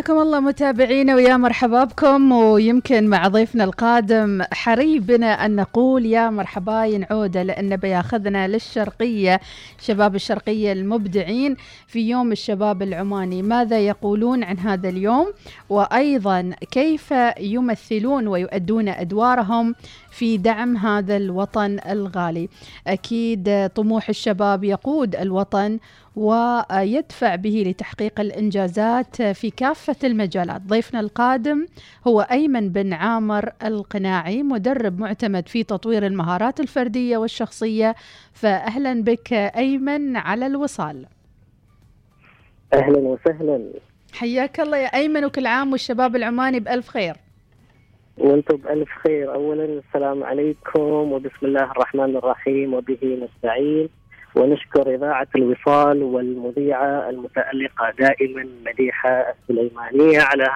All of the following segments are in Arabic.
حياكم الله متابعينا ويا مرحبا بكم. ويمكن مع ضيفنا القادم حري بنا أن نقول يا مرحبا عودة، لأن بياخذنا للشرقية، شباب الشرقية المبدعين في يوم الشباب العماني. ماذا يقولون عن هذا اليوم، وأيضا كيف يمثلون ويؤدون أدوارهم في دعم هذا الوطن الغالي. أكيد طموح الشباب يقود الوطن ويدفع به لتحقيق الإنجازات في كافة المجالات. ضيفنا القادم هو أيمن بن عامر القناعي، مدرب معتمد في تطوير المهارات الفردية والشخصية. فأهلا بك أيمن على الوصال. أهلا وسهلا، حياك الله يا أيمن، وكل عام والشباب العماني بألف خير. وانتم بألف خير. أولا السلام عليكم، وبسم الله الرحمن الرحيم، وبه نستعين. ونشكر إذاعة الوصال والمذيعة المتألقة دائما مديحة السليمانية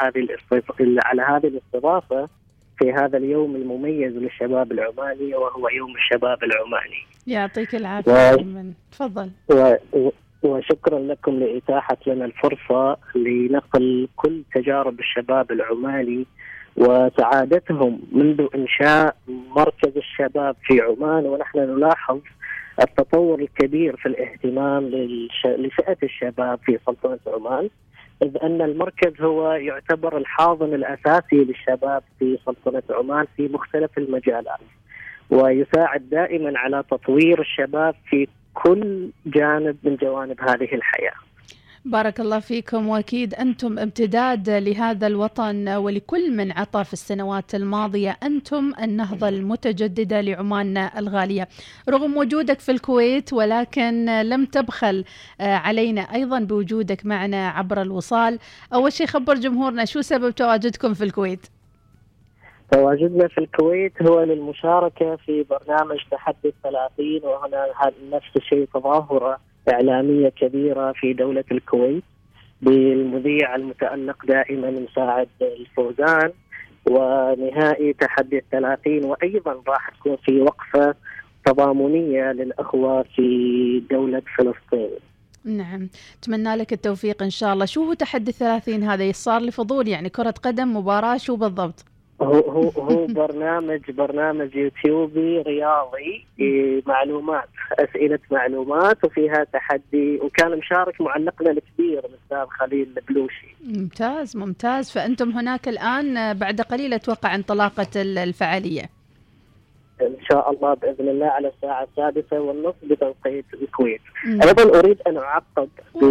على هذه الاستضافة في هذا اليوم المميز للشباب العماني، وهو يوم الشباب العماني. يعطيك العافية أيمن، تفضل. وشكرا لكم لإتاحة لنا الفرصة لنقل كل تجارب الشباب العماني وسعادتهم منذ إنشاء مركز الشباب في عمان. ونحن نلاحظ التطور الكبير في الاهتمام لفئة الشباب في سلطنة عمان، إذ أن المركز هو يعتبر الحاضن الأساسي للشباب في سلطنة عمان في مختلف المجالات، ويساعد دائما على تطوير الشباب في كل جانب من جوانب هذه الحياة. بارك الله فيكم، وأكيد أنتم امتداد لهذا الوطن ولكل من عطى في السنوات الماضية. أنتم النهضة المتجددة لعماننا الغالية. رغم وجودك في الكويت، ولكن لم تبخل علينا أيضا بوجودك معنا عبر الوصال. أول شيء خبر جمهورنا شو سبب تواجدكم في الكويت؟ تواجدنا في الكويت هو للمشاركة في برنامج تحدي 30، وهنا نفس الشيء تظاهرة إعلامية كبيرة في دولة الكويت بالمذيع المتألق دائما مساعد الفوزان، ونهائي تحدي 30. وأيضا راح تكون في وقفة تضامنية للأخوة في دولة فلسطين. نعم، أتمنى لك التوفيق إن شاء الله. شو هو تحدي 30 هذا؟ صار لي فضول، يعني كرة قدم، مباراة، شو بالضبط؟ هو برنامج يوتيوبي رياضي، معلومات، أسئلة معلومات، وفيها تحدي. وكان مشارك معلقنا الكبير الأستاذ خليل البلوشي. ممتاز ممتاز. فأنتم هناك الآن بعد قليل أتوقع انطلاقة الفعالية إن شاء الله بإذن الله على الساعة 6:30 بتوقيت الكويت. أيضا أريد أن أعقب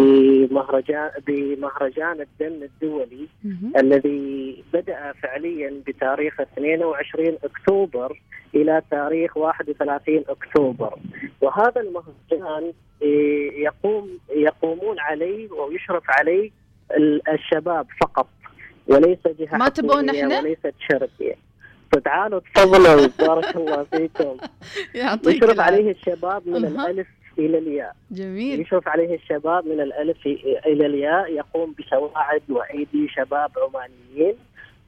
بمهرجان الدم الدولي الذي بدأ فعليا بتاريخ 22 أكتوبر إلى تاريخ 31 أكتوبر. وهذا المهرجان يقومون عليه ويشرف عليه الشباب فقط، وليس جهة ما تبون احنا؟ وليست شركية. فتعالوا تفضلوا، بارك الله فيكم. يشرف عليه الشباب من الألف إلى الياء. جميل. يشرف عليه الشباب من الألف إلى الياء، يقوم بسواعد وأيدي شباب عمانيين،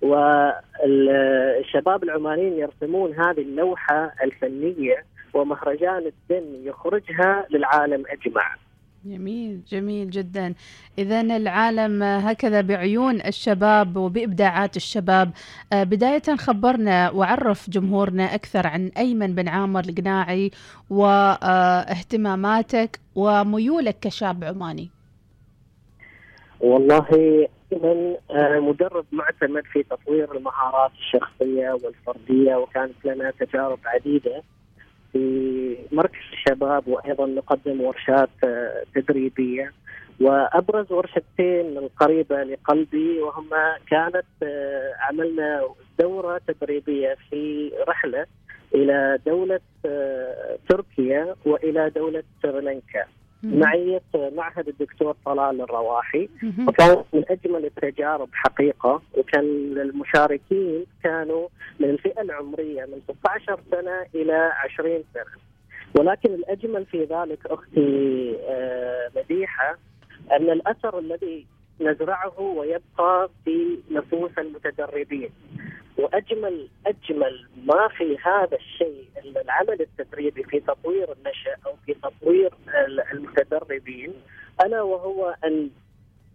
والشباب العمانيين يرسمون هذه اللوحة الفنية، ومهرجان الدم يخرجها للعالم أجمع. جميل جميل جدا. إذن العالم هكذا بعيون الشباب وبإبداعات الشباب. بداية خبرنا وعرف جمهورنا أكثر عن أيمن بن عامر القناعي واهتماماتك وميولك كشاب عماني. والله أيمن مدرب معتمد في تطوير المهارات الشخصية والفردية، وكانت لنا تجارب عديدة في مركز الشباب، وأيضا نقدم ورشات تدريبية. وأبرز ورشتين القريبة لقلبي وهما كانت عملنا دورة تدريبية في رحلة إلى دولة تركيا وإلى دولة سريلانكا معية معهد الدكتور طلال الرواحي، وكانت من أجمل التجارب حقيقة. وكان المشاركين كانوا من الفئة العمرية من 16 سنة إلى 20 سنة. ولكن الأجمل في ذلك أختي مديحة أن الأثر الذي نزرعه ويبقى في نفوس المتدربين. وأجمل ما في هذا الشيء العمل التدريبي في تطوير النشأ أو في تطوير المتدربين، ألا وهو أن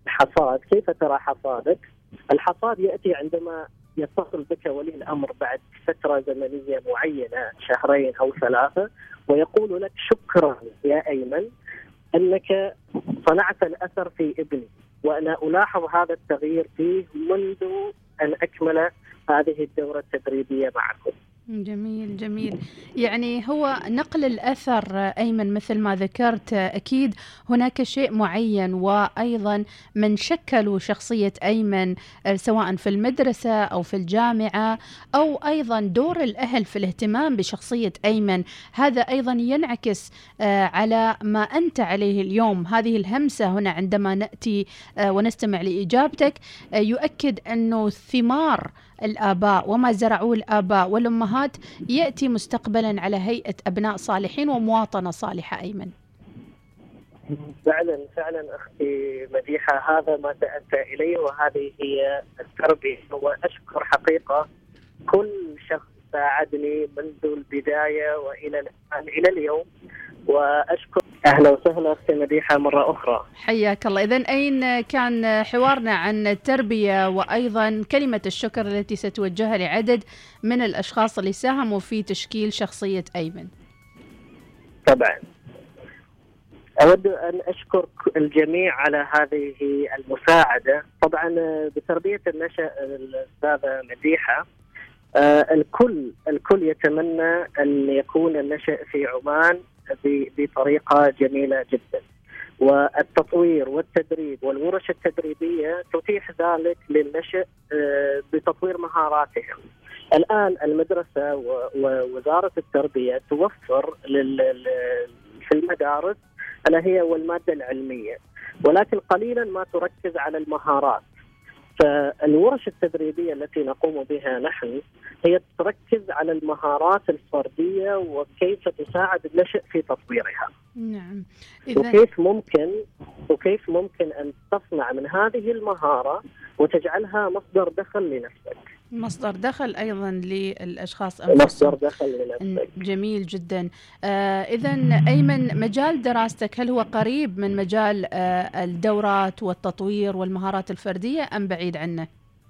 حصاد، كيف ترى حصادك؟ الحصاد يأتي عندما يتصل بك ولي الأمر بعد فترة زمنية معينة، 2 أو 3، ويقول لك شكرا يا أيمن أنك صنعت الأثر في ابني، وأنا ألاحظ هذا التغيير فيه منذ أن أكمل هذه الدورة التدريبية معكم. جميل جميل. يعني هو نقل الأثر أيمن مثل ما ذكرت، أكيد هناك شيء معين، وأيضا من شكلوا شخصية أيمن سواء في المدرسة أو في الجامعة، أو أيضا دور الأهل في الاهتمام بشخصية أيمن، هذا أيضا ينعكس على ما أنت عليه اليوم. هذه الهمسة هنا عندما نأتي ونستمع لإجابتك يؤكد أنه ثمار الآباء وما زرعوه الآباء والأمهات يأتي مستقبلا على هيئة أبناء صالحين ومواطنة صالحة. أيمن، فعلا فعلا أختي مديحة، هذا ما سألت إليه وهذه هي التربية. وأشكر حقيقة كل شخص ساعدني منذ البداية وإلى الآن إلى اليوم، وأشكر. أهلا وسهلا أختي مديحة مرة أخرى. حياك الله. إذن أين كان حوارنا عن التربية، وأيضا كلمة الشكر التي ستوجهها لعدد من الأشخاص اللي ساهموا في تشكيل شخصية أيمن؟ طبعا أود أن أشكر الجميع على هذه المساعدة. طبعا بتربية النشأ الأستاذة مديحة، الكل يتمنى أن يكون النشأ في عمان بطريقة جميلة جدا، والتطوير والتدريب والورش التدريبية تتيح ذلك للنشأ بتطوير مهاراتهم. الآن المدرسة ووزارة التربية توفر في المدارس ألا هي والمادة العلمية، ولكن قليلا ما تركز على المهارات. فالورش التدريبية التي نقوم بها نحن هي تركز على المهارات الفردية وكيف تساعد النشء في تطويرها. نعم. وكيف ممكن أن تصنع من هذه المهارة وتجعلها مصدر دخل لنفسك، مصدر دخل أيضا للأشخاص أنفسهم. مصدر دخل لنفسك. جميل جدا. إذن أيمن، مجال دراستك هل هو قريب من مجال الدورات والتطوير والمهارات الفردية أم بعيد عنه؟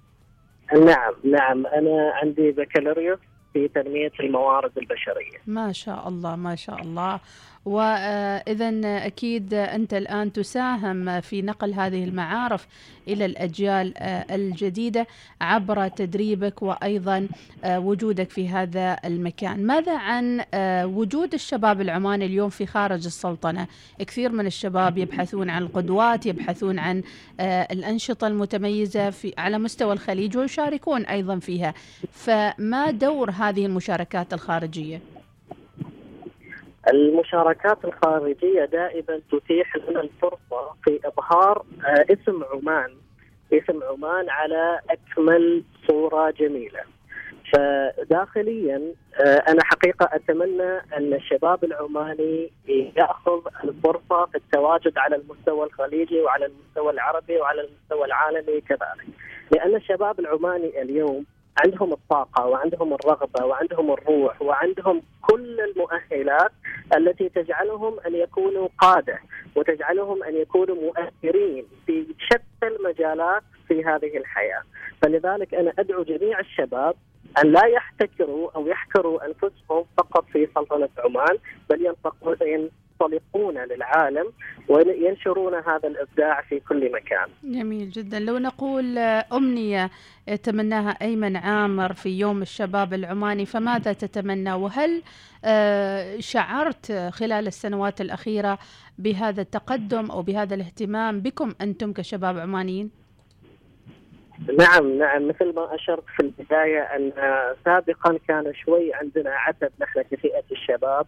نعم أنا عندي بكالوريوس في تنمية الموارد البشرية. ما شاء الله ما شاء الله. وإذن أكيد أنت الآن تساهم في نقل هذه المعارف إلى الأجيال الجديدة عبر تدريبك وأيضا وجودك في هذا المكان. ماذا عن وجود الشباب العماني اليوم في خارج السلطنة؟ كثير من الشباب يبحثون عن القدوات، يبحثون عن الأنشطة المتميزة على مستوى الخليج ويشاركون أيضا فيها، فما دور هذه المشاركات الخارجية؟ المشاركات الخارجية دائما تتيح لنا الفرصة في إظهار اسم عمان على أكمل صورة جميلة. فداخليا أنا حقيقة أتمنى أن الشباب العماني يأخذ الفرصة في التواجد على المستوى الخليجي وعلى المستوى العربي وعلى المستوى العالمي كذلك، لأن الشباب العماني اليوم عندهم الطاقة وعندهم الرغبة وعندهم الروح وعندهم كل المؤهلات التي تجعلهم أن يكونوا قادة وتجعلهم أن يكونوا مؤثرين في شتى المجالات في هذه الحياة. فلذلك أنا أدعو جميع الشباب أن لا يحتكروا أو يحكروا أنفسهم فقط في سلطنة عمان، بل ينطلقون للعالم وينشرون هذا الإبداع في كل مكان. جميل جدا. لو نقول أمنية يتمناها أيمن عامر في يوم الشباب العماني، فماذا تتمنى؟ وهل شعرت خلال السنوات الأخيرة بهذا التقدم أو بهذا الاهتمام بكم أنتم كشباب عمانيين؟ نعم مثل ما أشرت في البداية أن سابقا كان شوي عندنا عتب نحن كفئة الشباب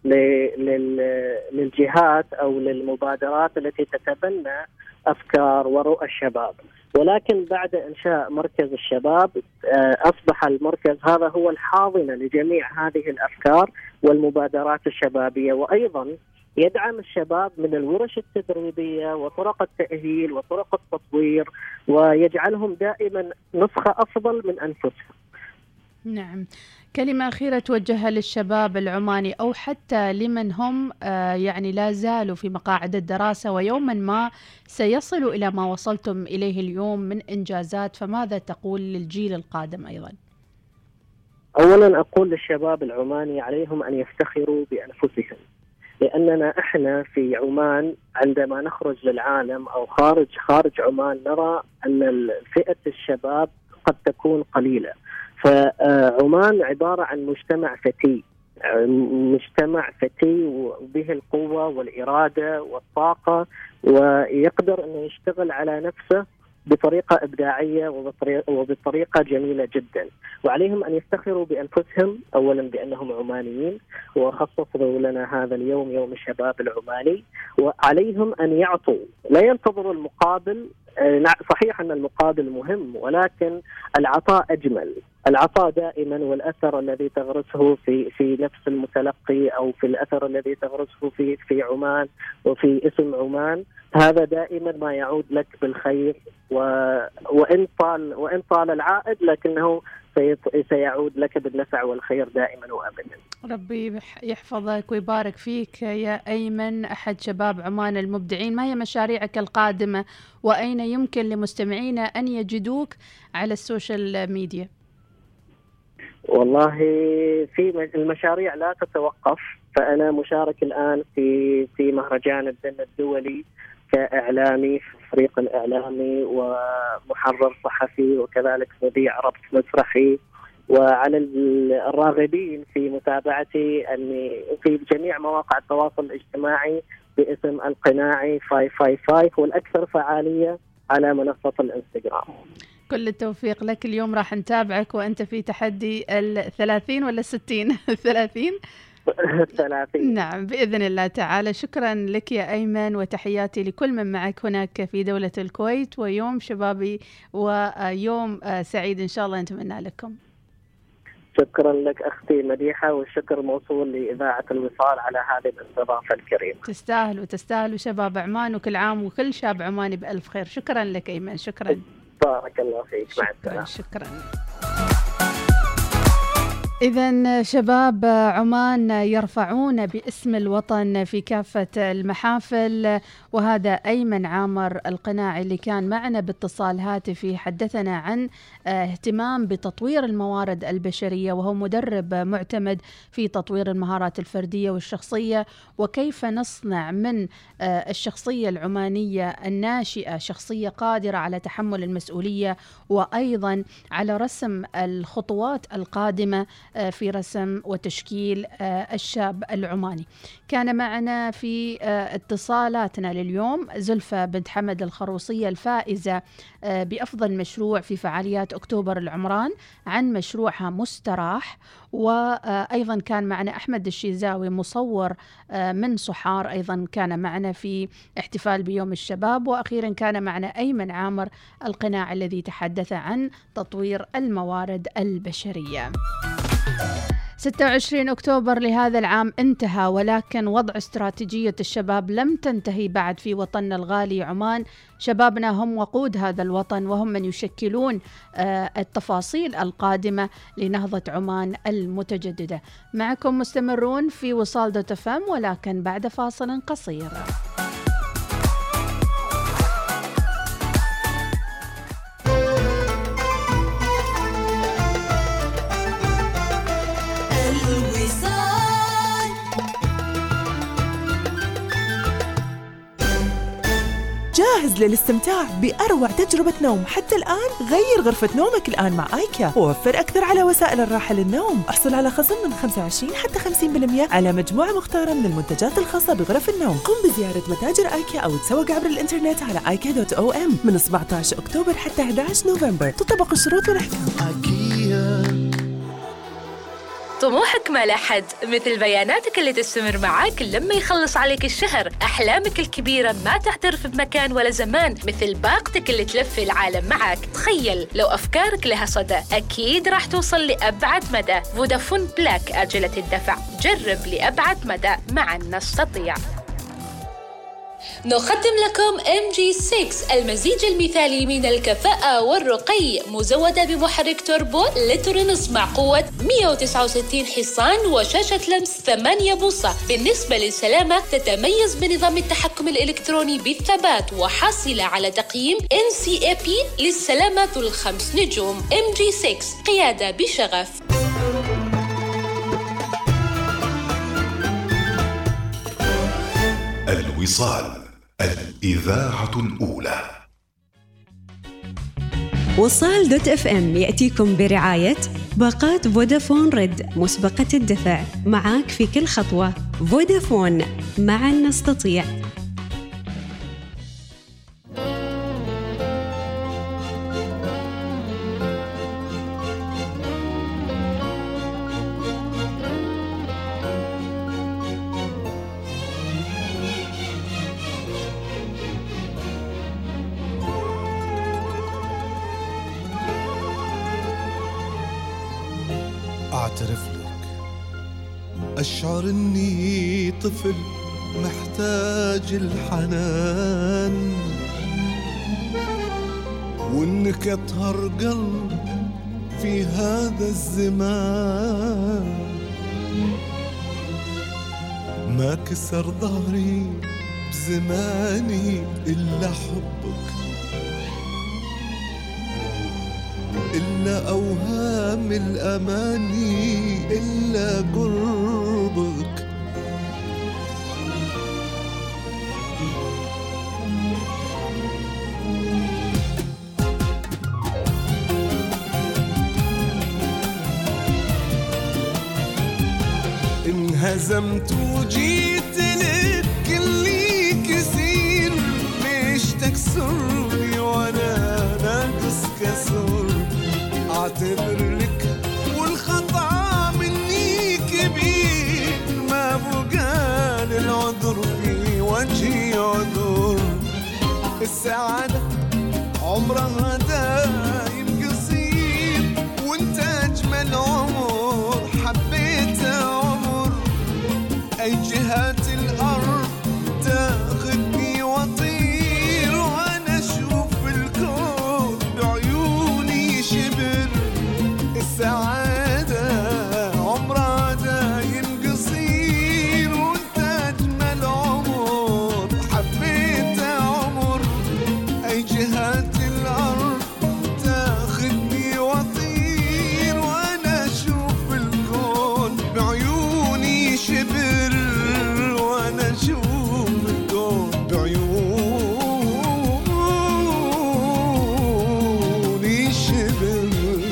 للجهات أو للمبادرات التي تتبنى أفكار ورؤى الشباب، ولكن بعد إنشاء مركز الشباب أصبح المركز هذا هو الحاضنة لجميع هذه الأفكار والمبادرات الشبابية، وأيضا يدعم الشباب من الورش التدريبية وطرق التأهيل وطرق التطوير، ويجعلهم دائما نسخة أفضل من أنفسهم. نعم. كلمة أخيرة توجهها للشباب العماني أو حتى لمن هم يعني لا زالوا في مقاعد الدراسة ويوما ما سيصلوا إلى ما وصلتم إليه اليوم من إنجازات، فماذا تقول للجيل القادم أيضا؟ أولا أقول للشباب العماني عليهم أن يفتخروا بأنفسهم، لأننا إحنا في عمان عندما نخرج للعالم أو خارج عمان نرى أن فئة الشباب قد تكون قليلة. فعمان عبارة عن مجتمع فتي وبه القوة والإرادة والطاقة، ويقدر أن يشتغل على نفسه بطريقة إبداعية وبطريقة جميلة جدا. وعليهم أن يفتخروا بأنفسهم أولا بأنهم عمانيين، وخصصوا لنا هذا اليوم يوم الشباب العماني. وعليهم أن يعطوا، لا ينتظروا المقابل. صحيح أن المقابل مهم، ولكن العطاء أجمل. العطاء دائما، والأثر الذي تغرسه في نفس المتلقي أو في الأثر الذي تغرسه في عمان وفي اسم عمان، هذا دائما ما يعود لك بالخير. وإن طال العائد لكنه سيعود لك بالنفع والخير دائما وأبدا. ربي يحفظك ويبارك فيك يا أيمن، أحد شباب عمان المبدعين. ما هي مشاريعك القادمة وأين يمكن لمستمعينا أن يجدوك على السوشيال ميديا؟ والله في المشاريع لا تتوقف. فأنا مشارك الآن في مهرجان الدن الدولي كإعلامي في الفريق الإعلامي ومحرر صحفي، وكذلك مذيع ربط مسرحي. وعلى الراغبين في متابعتي أني في جميع مواقع التواصل الاجتماعي باسم القناعي 555، والأكثر فعالية على منصة الإنستغرام. كل التوفيق لك. اليوم راح نتابعك وأنت في تحدي 30 ولا 60؟ 30. نعم بإذن الله تعالى. شكرا لك يا أيمن، وتحياتي لكل من معك هناك في دولة الكويت، ويوم شبابي ويوم سعيد إن شاء الله نتمنى لكم. شكرا لك أختي مديحة، والشكر موصول لإذاعة الوصال على هذه الاستضافة الكريمة. تستاهلوا شباب عمان، وكل عام وكل شاب عماني بألف خير. شكرا لك أيمن. شكرا. بارك الله فيك. مع السلامة. شكرا. إذن شباب عمان يرفعون باسم الوطن في كافة المحافل، وهذا أيمن عامر القناعي اللي كان معنا باتصال هاتفي حدثنا عن اهتمام بتطوير الموارد البشرية، وهو مدرب معتمد في تطوير المهارات الفردية والشخصية، وكيف نصنع من الشخصية العمانية الناشئة شخصية قادرة على تحمل المسؤولية، وأيضا على رسم الخطوات القادمة في رسم وتشكيل الشاب العماني. كان معنا في اتصالاتنا لليوم زلفة بنت حمد الخروصية الفائزة بأفضل مشروع في فعاليات أكتوبر العمران عن مشروعها مستراح، وأيضا كان معنا أحمد الشيزاوي مصور من صحار أيضا كان معنا في احتفال بيوم الشباب، وأخيرا كان معنا أيمن عامر القناعي الذي تحدث عن تطوير الموارد البشرية. 26 أكتوبر لهذا العام انتهى، ولكن وضع استراتيجية الشباب لم تنتهي بعد في وطننا الغالي عمان. شبابنا هم وقود هذا الوطن، وهم من يشكلون التفاصيل القادمة لنهضة عمان المتجددة. معكم مستمرون في وصال دوت اف ام، ولكن بعد فاصل قصير. جاهز للاستمتاع بأروع تجربة نوم حتى الآن؟ غير غرفة نومك الآن مع آيكيا، ووفر أكثر على وسائل الراحة للنوم. احصل على خصم من 25 حتى 50% على مجموعة مختارة من المنتجات الخاصة بغرف النوم. قم بزيارة متاجر آيكيا أو تسوق عبر الإنترنت على IKEA.om من 17 أكتوبر حتى 11 نوفمبر. تطبق الشروط والأحكام. طموحك ما لحد، مثل بياناتك اللي تستمر معاك لما يخلص عليك الشهر. أحلامك الكبيرة ما تعترف بمكان ولا زمان، مثل باقتك اللي تلف العالم معاك. تخيل لو أفكارك لها صدى، أكيد راح توصل لأبعد مدى. فودافون بلاك آجلة الدفع، جرب لأبعد مدى. معا نستطيع. نقدم لكم MG6 المزيج المثالي من الكفاءة والرقي، مزودة بمحرك توربو لترنس مع قوة 169 حصان وشاشة لمس 8 بوصة. بالنسبة للسلامة تتميز بنظام التحكم الإلكتروني بالثبات، وحاصلة على تقييم NCAP للسلامة ذو ال5 نجوم. MG6 قيادة بشغف. الوصال، الإذاعة الأولى. وصال دوت اف ام يأتيكم برعاية باقات فودافون ريد مسبقة الدفع، معاك في كل خطوة. فودافون، معا نستطيع. أعترف لك، أشعر إني طفل محتاج الحنان، وإنك أطهر قلب في هذا الزمان. ما كسر ظهري بزماني إلا حبك، إلا أوهام الأماني، إلا قربك. انهزمت وجيت لك كلي كثير، ليش تكسرني وأنا ناقص كسر؟ أعتذر لك والخطأ مني كبير، ما بقى للعذر في وجهي عذر. السعادة عمرها دايم قصير، وانت أجمل عمر حبيت عمر. أي جهات الأرض تاخدني وطير، وأنا أشوف الكون بعيوني شبر. السعادة عمرها دايم قصير، وانت أجمل عمر حبيت عمر. أي جهات الأرض تاخدني وطير، وأنا أشوف الكون بعيوني شبر، وأنا أشوف الكون بعيوني شبر.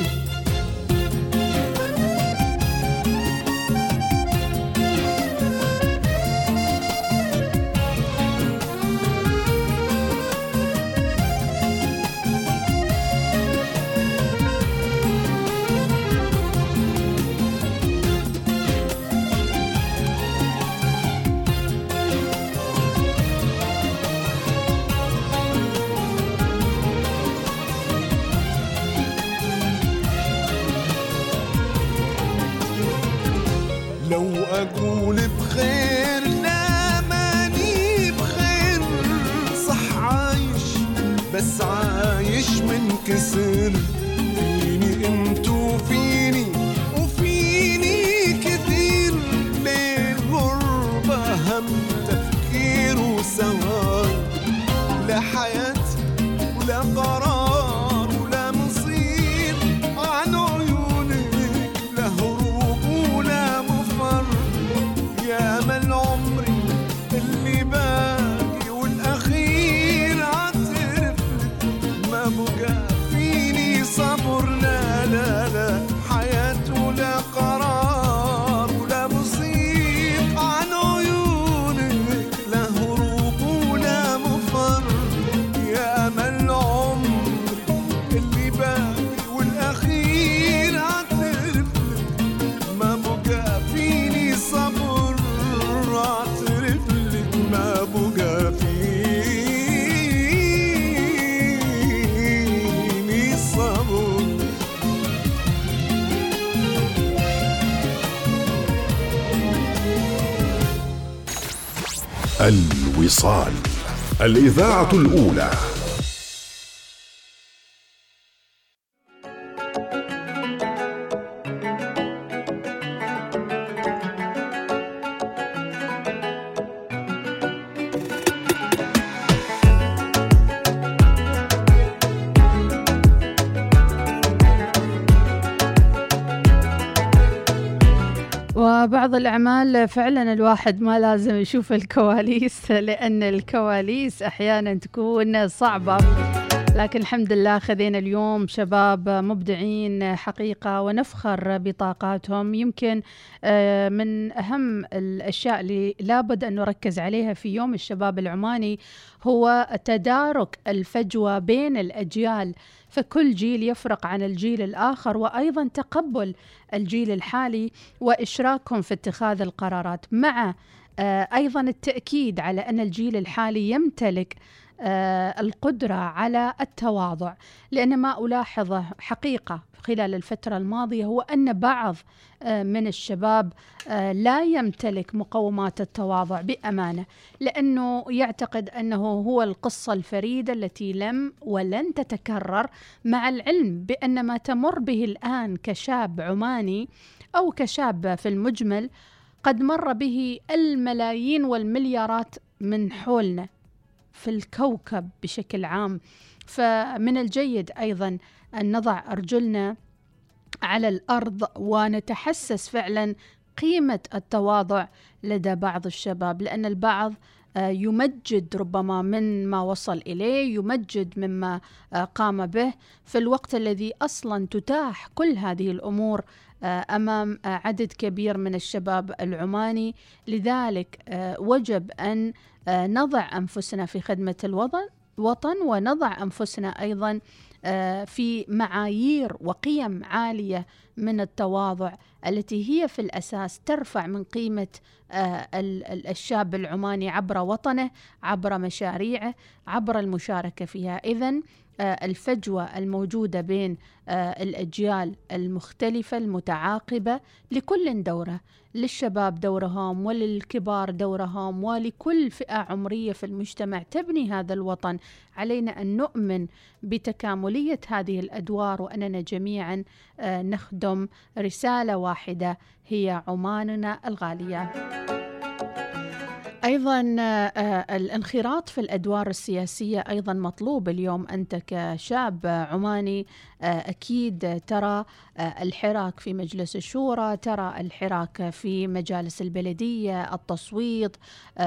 لو أقول بخير لا ماني بخير، صح عايش بس عايش من كسر. فيني انت وفيني وفيني كثير، ليل غربة هم تفكير وسهر. لا حياة ولا قرار ولا مصير، عن عيونك لا هروب ولا مفر. يا أمل عمري اللي باقي والأخير، اعترف لك ما بقى فيني صبر. لا لا لا حياة ولا قرار ولا مصير، عن عيونك لا هروب ولا مفر. يا أمل عمري اللي باقي والأخير، اعترف لك ما بقى فيني صبر. اعترف لك ما بقى فيني صبر. الوصال. الإذاعة الأولى. وبعض الأعمال فعلا الواحد ما لازم يشوف الكواليس، لأن الكواليس أحيانا تكون صعبة، لكن الحمد لله خذينا اليوم شباب مبدعين حقيقة ونفخر بطاقاتهم. يمكن من أهم الأشياء اللي لابد أن نركز عليها في يوم الشباب العماني هو تدارك الفجوة بين الأجيال، فكل جيل يفرق عن الجيل الآخر، وأيضا تقبل الجيل الحالي وإشراكهم في اتخاذ القرارات، مع أيضا التأكيد على أن الجيل الحالي يمتلك القدرة على التواضع. لأن ما ألاحظه حقيقة خلال الفترة الماضية هو أن بعض من الشباب لا يمتلك مقومات التواضع بأمانة، لأنه يعتقد أنه هو القصة الفريدة التي لم ولن تتكرر، مع العلم بأن ما تمر به الآن كشاب عماني أو كشاب في المجمل قد مر به الملايين والمليارات من حولنا في الكوكب بشكل عام. فمن الجيد أيضا أن نضع أرجلنا على الأرض ونتحسس فعلا قيمة التواضع لدى بعض الشباب، لأن البعض يمجد ربما من ما وصل إليه، يمجد مما قام به في الوقت الذي أصلا تتاح كل هذه الأمور أمام عدد كبير من الشباب العماني. لذلك وجب أن نضع أنفسنا في خدمة الوطن ونضع أنفسنا أيضا في معايير وقيم عالية من التواضع التي هي في الأساس ترفع من قيمة الشاب العماني عبر وطنه، عبر مشاريعه، عبر المشاركة فيها. إذن الفجوة الموجودة بين الأجيال المختلفة المتعاقبة، لكل دورة، للشباب دورهم وللكبار دورهم ولكل فئة عمرية في المجتمع تبني هذا الوطن. علينا أن نؤمن بتكاملية هذه الأدوار، وأننا جميعا نخدم رسالة واحدة هي عماننا الغالية. أيضا الانخراط في الأدوار السياسية أيضا مطلوب اليوم. أنت كشاب عماني أكيد ترى الحراك في مجلس الشورى، ترى الحراك في مجالس البلدية، التصويت،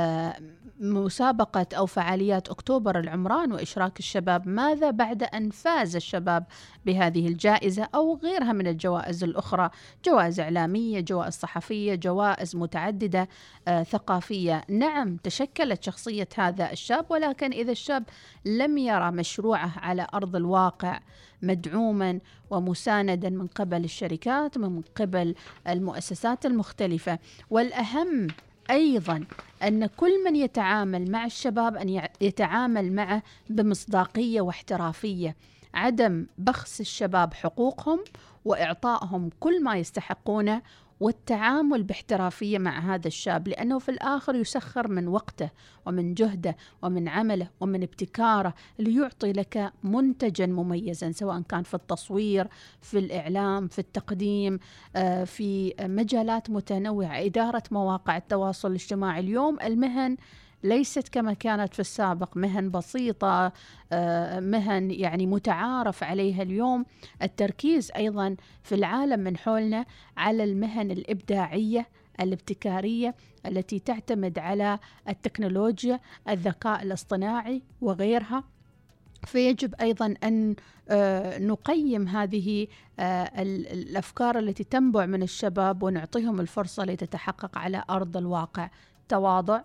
مسابقة أو فعاليات أكتوبر العمران وإشراك الشباب. ماذا بعد أن فاز الشباب بهذه الجائزة أو غيرها من الجوائز الأخرى، جوائز إعلامية، جوائز صحفية، جوائز متعددة ثقافية؟ نعم تشكلت شخصية هذا الشاب، ولكن إذا الشاب لم يرى مشروعه على أرض الواقع مدعوما ومساندا من قبل الشركات، من قبل المؤسسات المختلفة، والأهم أيضا أن كل من يتعامل مع الشباب أن يتعامل معه بمصداقية واحترافية، عدم بخس الشباب حقوقهم وإعطائهم كل ما يستحقونه، والتعامل باحترافية مع هذا الشاب، لأنه في الآخر يسخر من وقته ومن جهده ومن عمله ومن ابتكاره ليعطي لك منتجا مميزا، سواء كان في التصوير، في الإعلام، في التقديم، في مجالات متنوعة، إدارة مواقع التواصل الاجتماعي. اليوم المهن ليست كما كانت في السابق، مهن بسيطة، مهن يعني متعارف عليها. اليوم التركيز أيضا في العالم من حولنا على المهن الإبداعية الابتكارية التي تعتمد على التكنولوجيا، الذكاء الاصطناعي وغيرها. فيجب أيضا أن نقيم هذه الأفكار التي تنبع من الشباب ونعطيهم الفرصة لتتحقق على أرض الواقع. تواضع،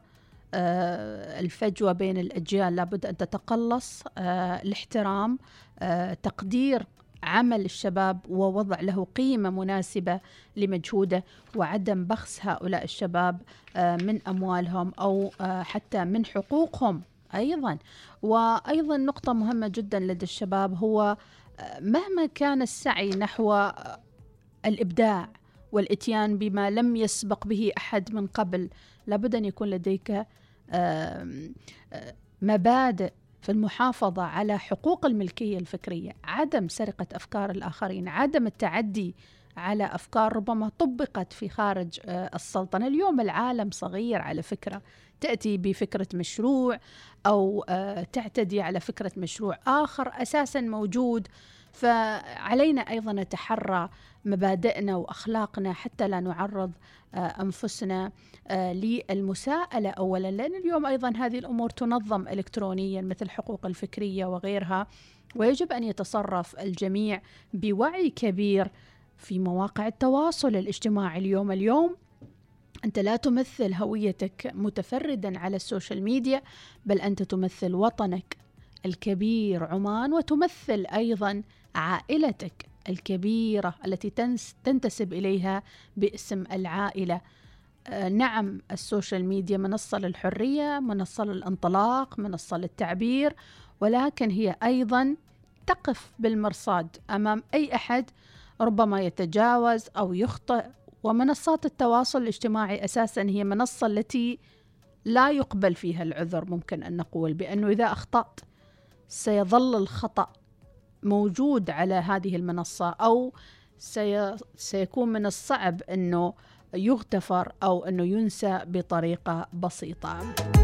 الفجوة بين الأجيال لابد أن تتقلص، الاحترام، تقدير عمل الشباب ووضع له قيمة مناسبة لمجهوده، وعدم بخس هؤلاء الشباب من أموالهم أو حتى من حقوقهم أيضا. وأيضا نقطة مهمة جدا لدى الشباب هو مهما كان السعي نحو الإبداع والإتيان بما لم يسبق به أحد من قبل، لابد أن يكون لديك مبادئ في المحافظة على حقوق الملكية الفكرية، عدم سرقة أفكار الآخرين، عدم التعدي على أفكار ربما طبقت في خارج السلطنة. اليوم العالم صغير على فكرة، تأتي بفكرة مشروع أو تعتدي على فكرة مشروع آخر أساسا موجود، فعلينا أيضا نتحرى مبادئنا وأخلاقنا حتى لا نعرض أنفسنا للمساءلة أولا، لأن اليوم أيضا هذه الأمور تنظم إلكترونيا مثل حقوق الفكرية وغيرها، ويجب أن يتصرف الجميع بوعي كبير في مواقع التواصل الاجتماعي. اليوم أنت لا تمثل هويتك متفردا على السوشيال ميديا، بل أنت تمثل وطنك الكبير عمان، وتمثل أيضا عائلتك الكبيرة التي تنتسب إليها باسم العائلة. نعم، السوشيال ميديا منصة للحرية، منصة للانطلاق، منصة للتعبير، ولكن هي أيضا تقف بالمرصاد أمام أي أحد ربما يتجاوز أو يخطئ. ومنصات التواصل الاجتماعي أساسا هي منصة التي لا يقبل فيها العذر، ممكن أن نقول بأنه إذا أخطأت سيظل الخطأ موجود على هذه المنصة، أو سيكون من الصعب أنه يغتفر أو أنه ينسى بطريقة بسيطة.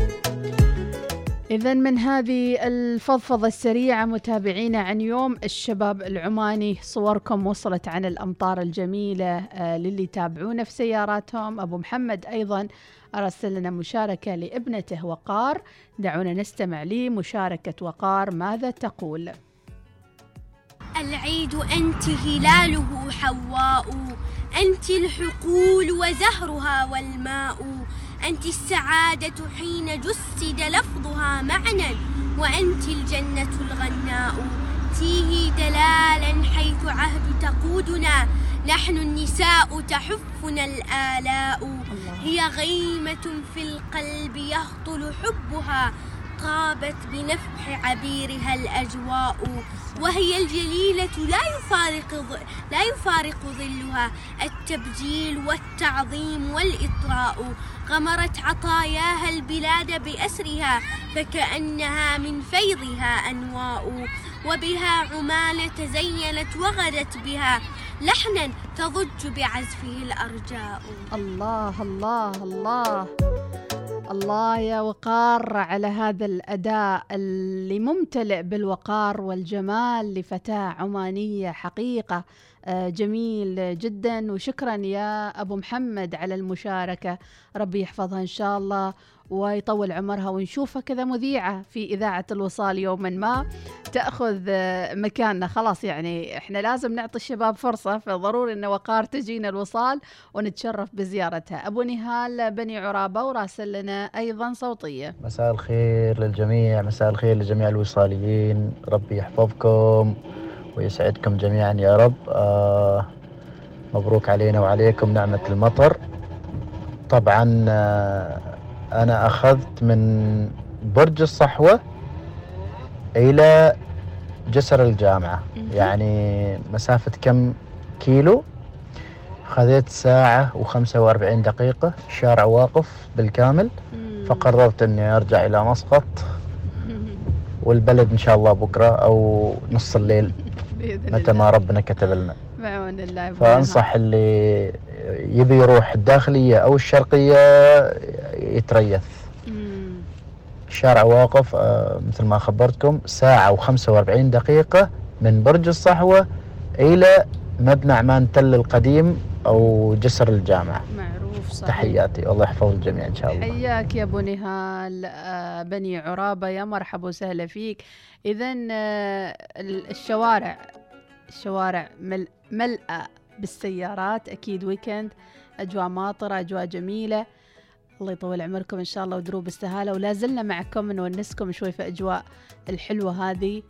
إذن من هذه الفضفضة السريعة متابعينا عن يوم الشباب العماني، صوركم وصلت عن الأمطار الجميلة للي يتابعونا في سياراتهم. أبو محمد أيضا أرسل لنا مشاركة لابنته وقار، دعونا نستمع لمشاركة وقار ماذا تقول. العيد أنت هلاله حواء، أنت الحقول وزهرها والماء، أنت السعادة حين جسد لفظها معنى، وأنت الجنة الغناء. تيه دلالا حيث عهد تقودنا، نحن النساء تحفنا الآلاء. هي غيمة في القلب يهطل حبها، طابت بنفح عبيرها الأجواء. وهي الجليلة لا يفارق ظلها التبجيل والتعظيم والإطراء. غمرت عطاياها البلاد بأسرها، فكأنها من فيضها أنواء. وبها عمان تزينت وغدت بها لحنا تضج بعزفه الأرجاء. الله الله الله الله يا وقار على هذا الأداء اللي ممتلئ بالوقار والجمال لفتاة عمانية حقيقة. جميل جدا، وشكرا يا أبو محمد على المشاركة. ربي يحفظها إن شاء الله ويطول عمرها، ونشوفها كذا مذيعة في إذاعة الوصال يوما ما تأخذ مكاننا. خلاص يعني إحنا لازم نعطي الشباب فرصة، فضروري أن وقار تجينا الوصال ونتشرف بزيارتها. أبو نهال بني عرابة وراسل لنا أيضا صوتية. مساء الخير للجميع، مساء الخير لجميع الوصاليين، ربي يحفظكم ويسعدكم جميعا يا رب. مبروك علينا وعليكم نعمة المطر. طبعا أنا أخذت من برج الصحوة إلى جسر الجامعة، يعني مسافة كم كيلو؟ خذيت ساعة و45 دقيقة، شارع واقف بالكامل. فقررت أني أرجع إلى مسقط والبلد إن شاء الله بكرة أو نص الليل متى ما ربنا كتب لنا بعون الله. فأنصح اللي يبي يروح الداخلية أو الشرقية يتريث. الشارع واقف مثل ما خبرتكم، ساعة و45 دقيقة من برج الصحوة إلى مبنى عمان تل القديم أو جسر الجامعة. معروف صحيح. تحياتي، الله يحفظ الجميع إن شاء الله. حياك يا أبو نهال بني عرابة، يا مرحبا وسهلا فيك. إذن الشوارع ملأة بالسيارات، أكيد ويكند، أجواء ماطرة، أجواء جميلة. الله يطول عمركم إن شاء الله ودروب السهالة، ولا زلنا معكم نونسكم شوي في أجواء الحلوة هذه.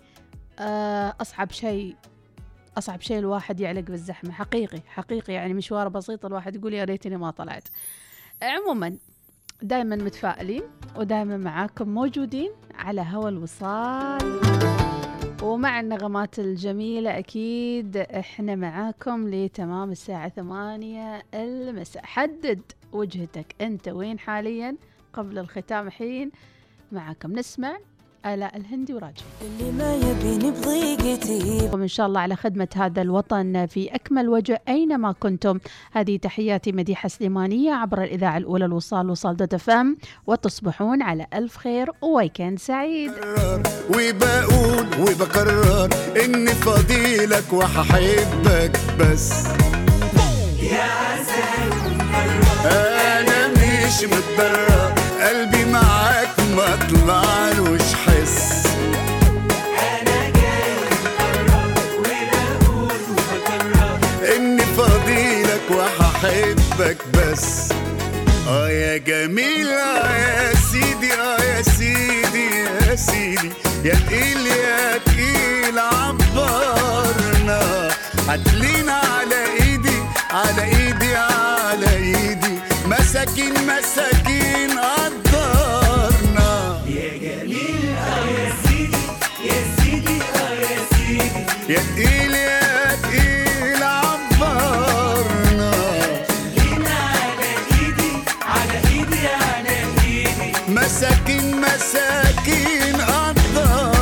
أصعب شيء الواحد يعلق بالزحمة، حقيقي يعني مشوار بسيط الواحد يقول يا ريتني ما طلعت. عموما دائما متفائلين ودائما معاكم موجودين على هوا الوصال، ومع النغمات الجميلة أكيد إحنا معاكم لتمام الساعة 8 المساء. حدد وجهتك أنت وين حاليا قبل الختام، حين معاكم نسمع آلاء الهندي وراجع اللي ما يبيني بضيقتي. وإن شاء الله على خدمة هذا الوطن في أكمل وجه أينما كنتم. هذه تحياتي مديحة سليمانية عبر الإذاعة الأولى الوصال وصال دوت اف ام، وتصبحون على ألف خير وويكند سعيد. وبقول وبكرر إني فضيلك وححبك بس يا عسل أنا مش متضرر، قلبي معاك ما طلعلوش حس. أنا جاي مقرر وبقول وبكرر إني فضيلك وححبك بس. يا جميل يا سيدي يا سيدي يا سيدي يا تقيل يا تقيل عبرنا، عدلينا على ايدي على ايدي على ايدي، مساكين مساكين قدرنا. يا جميل يا سيدي يا سيدي يا سيدي يا تقيل يا تقيل عبرنا، عدلينا على ايدي على ايدي على ايدي، مساكين مساكين قدرنا.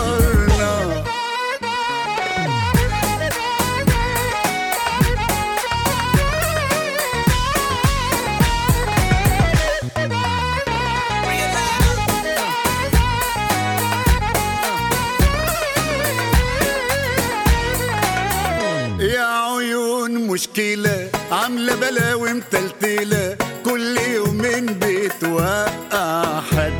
يا عيون مشكلة عاملة بلاوي متلتلة، كل يومين بتوقع حد.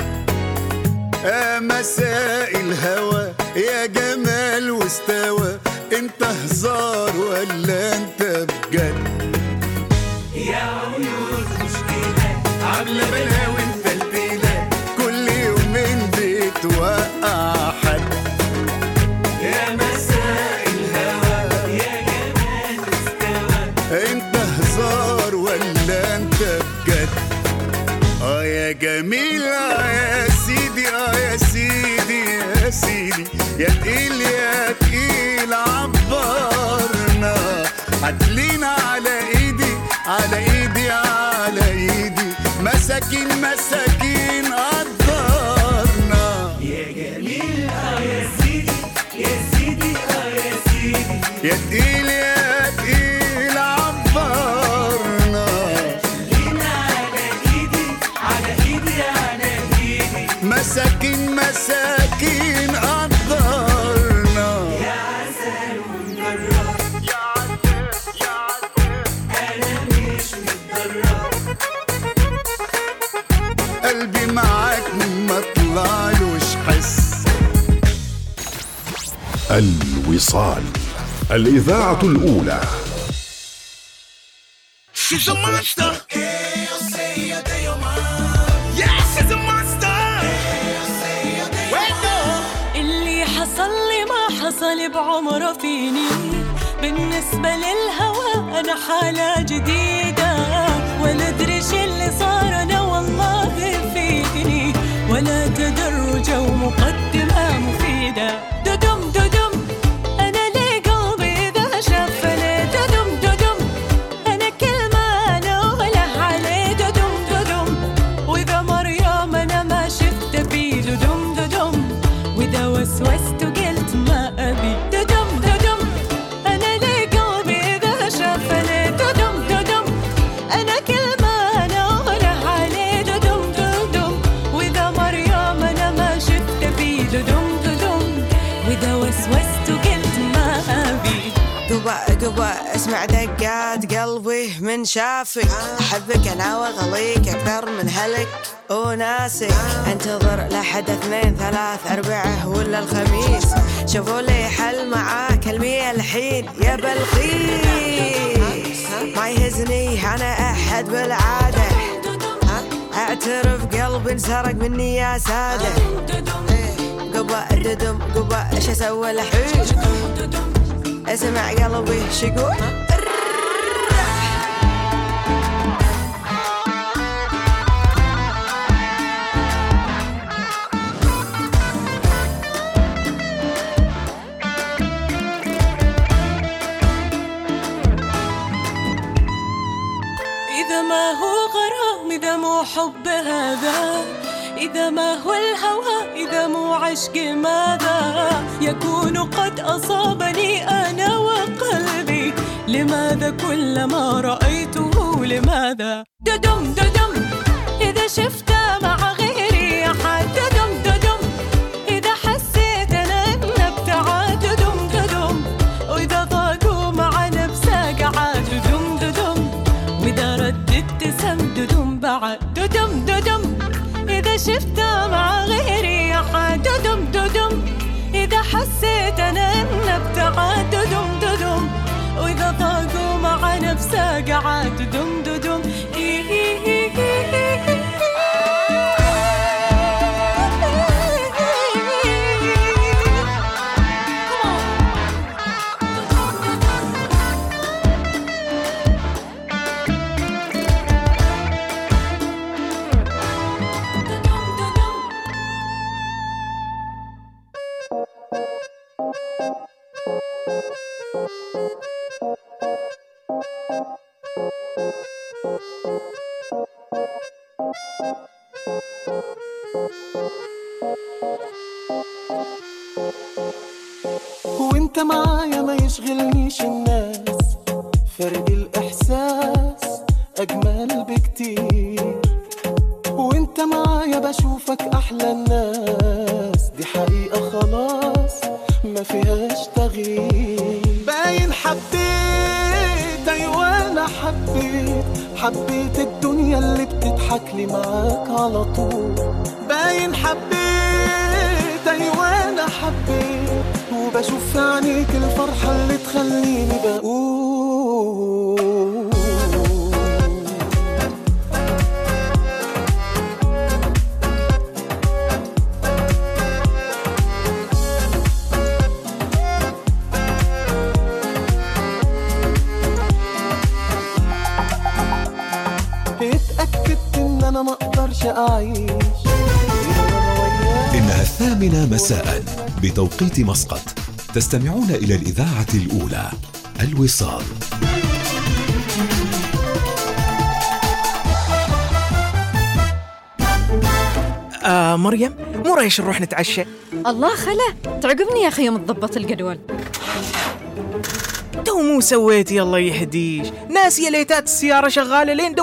مساء الهوى يا جمال واستوى، انت هزار ولا انت بجد؟ يا عيون مشكلة عاملة بلاوي متلتلة، كل يومين بتوقع حد. يا مساء الهوى يا جمال واستوى، انت هزار ولا انت بجد؟ يا جميل يا سيدي يا سيدي يا سيدي يا تقيل يا تقيل عبرنا، عدلينا على ايدي على ايدي على ايدي، مساكين مساكين قدرنا. يا جميل يا سيدي يا سيدي يا سيدي يا تقيل يا تقيل عبرنا، عدلينا على ايدي على ايدي على ايدي، مساكين مساكين قدرنا. يا عسل ومجرب يا عسل يا عسل انا مش متضرر، قلبي معاك ما طلعلوش حس. الوصال، الإذاعة الأولى. She's a monster. Yeah, she's a monster. اللي حصل لي ما حصل بعمره فيني، بالنسبة للهوى أنا حالة جديدة، ولا أدري شو اللي صار أنا والله فيني، ولا تدرج ومقدمة مفيدة. ددم ددم أنا لي قلبي إذا شافني، ددم ددم أنا كل ما أقوله عليه، ددم ددم وإذا مر يوم أنا ما شفت فيه، ددم ددم وإذا وسوست وقلت ما أبي، ددم ددم أنا لي قلبي إذا شافني، ددم ددم أنا كل ما أقوله عليه، ددم ددم وإذا مر يوم أنا ما شفت فيه، ددم ددم وإذا وسوست وقلت ما أبي. قبا قبا اسمع دقات قلبي من شافك، أحبك أنا وأغليك أكثر من هلك وناسك، انتظر لحد 2 3 4 ولا الخميس، شوفوا لي حل معاك المية الحين يا بلقيس. ما يهزني أنا أحد بالعادة، أعترف قلبي انسرق مني يا سادة. قبا ددم قبا ايش اسوي الحين، اسمع قلبي شقول. إذا ما هو غرام إذا مو حب هذا، إذا ما هو الهوى إذا مو عشق ماذا يكون قد أصابني أنا وقلبي لماذا كلما رأيته لماذا ددم ددم إذا شفت مع غيري أحد ددم ددم إذا حسيت أنا إن ابتعاد ددم ددم وإذا ضاقوا مع نفسه قعد ددم ددم وإذا رددت سم ددم بعد ددم ددم إذا شفت مع غيري أحد ددم ددم إذا حسيت أنا إن ابتعاد ددم ددم وإذا ضاقوا مع نفسه قعد ددم ددم وانت معايا ما يشغلنيش الناس فرق الإحساس أجمل بكتير وانت معايا بشوفك أحلى الناس دي حقيقة خلاص ما فيهاش تغيير باين حبيت أيوة أنا حبيت الدنيا اللي بتضحك لي معاك على طول باين حبيت أيوة أنا حبيت وبشوف في عينيك الفرحة اللي تخليني بقول اتأكدت ان انا ما اقدرش اعيش. إنها 8 مساء بتوقيت مسقط. تستمعون إلى الإذاعة الأولى الوصال. مريم مو رايش نروح نتعشى؟ الله خلا تعقبني يا أخي يوم تضبط الجدول. تو مو سويتي الله يهديش، ناسية ليتات السيارة شغالة لين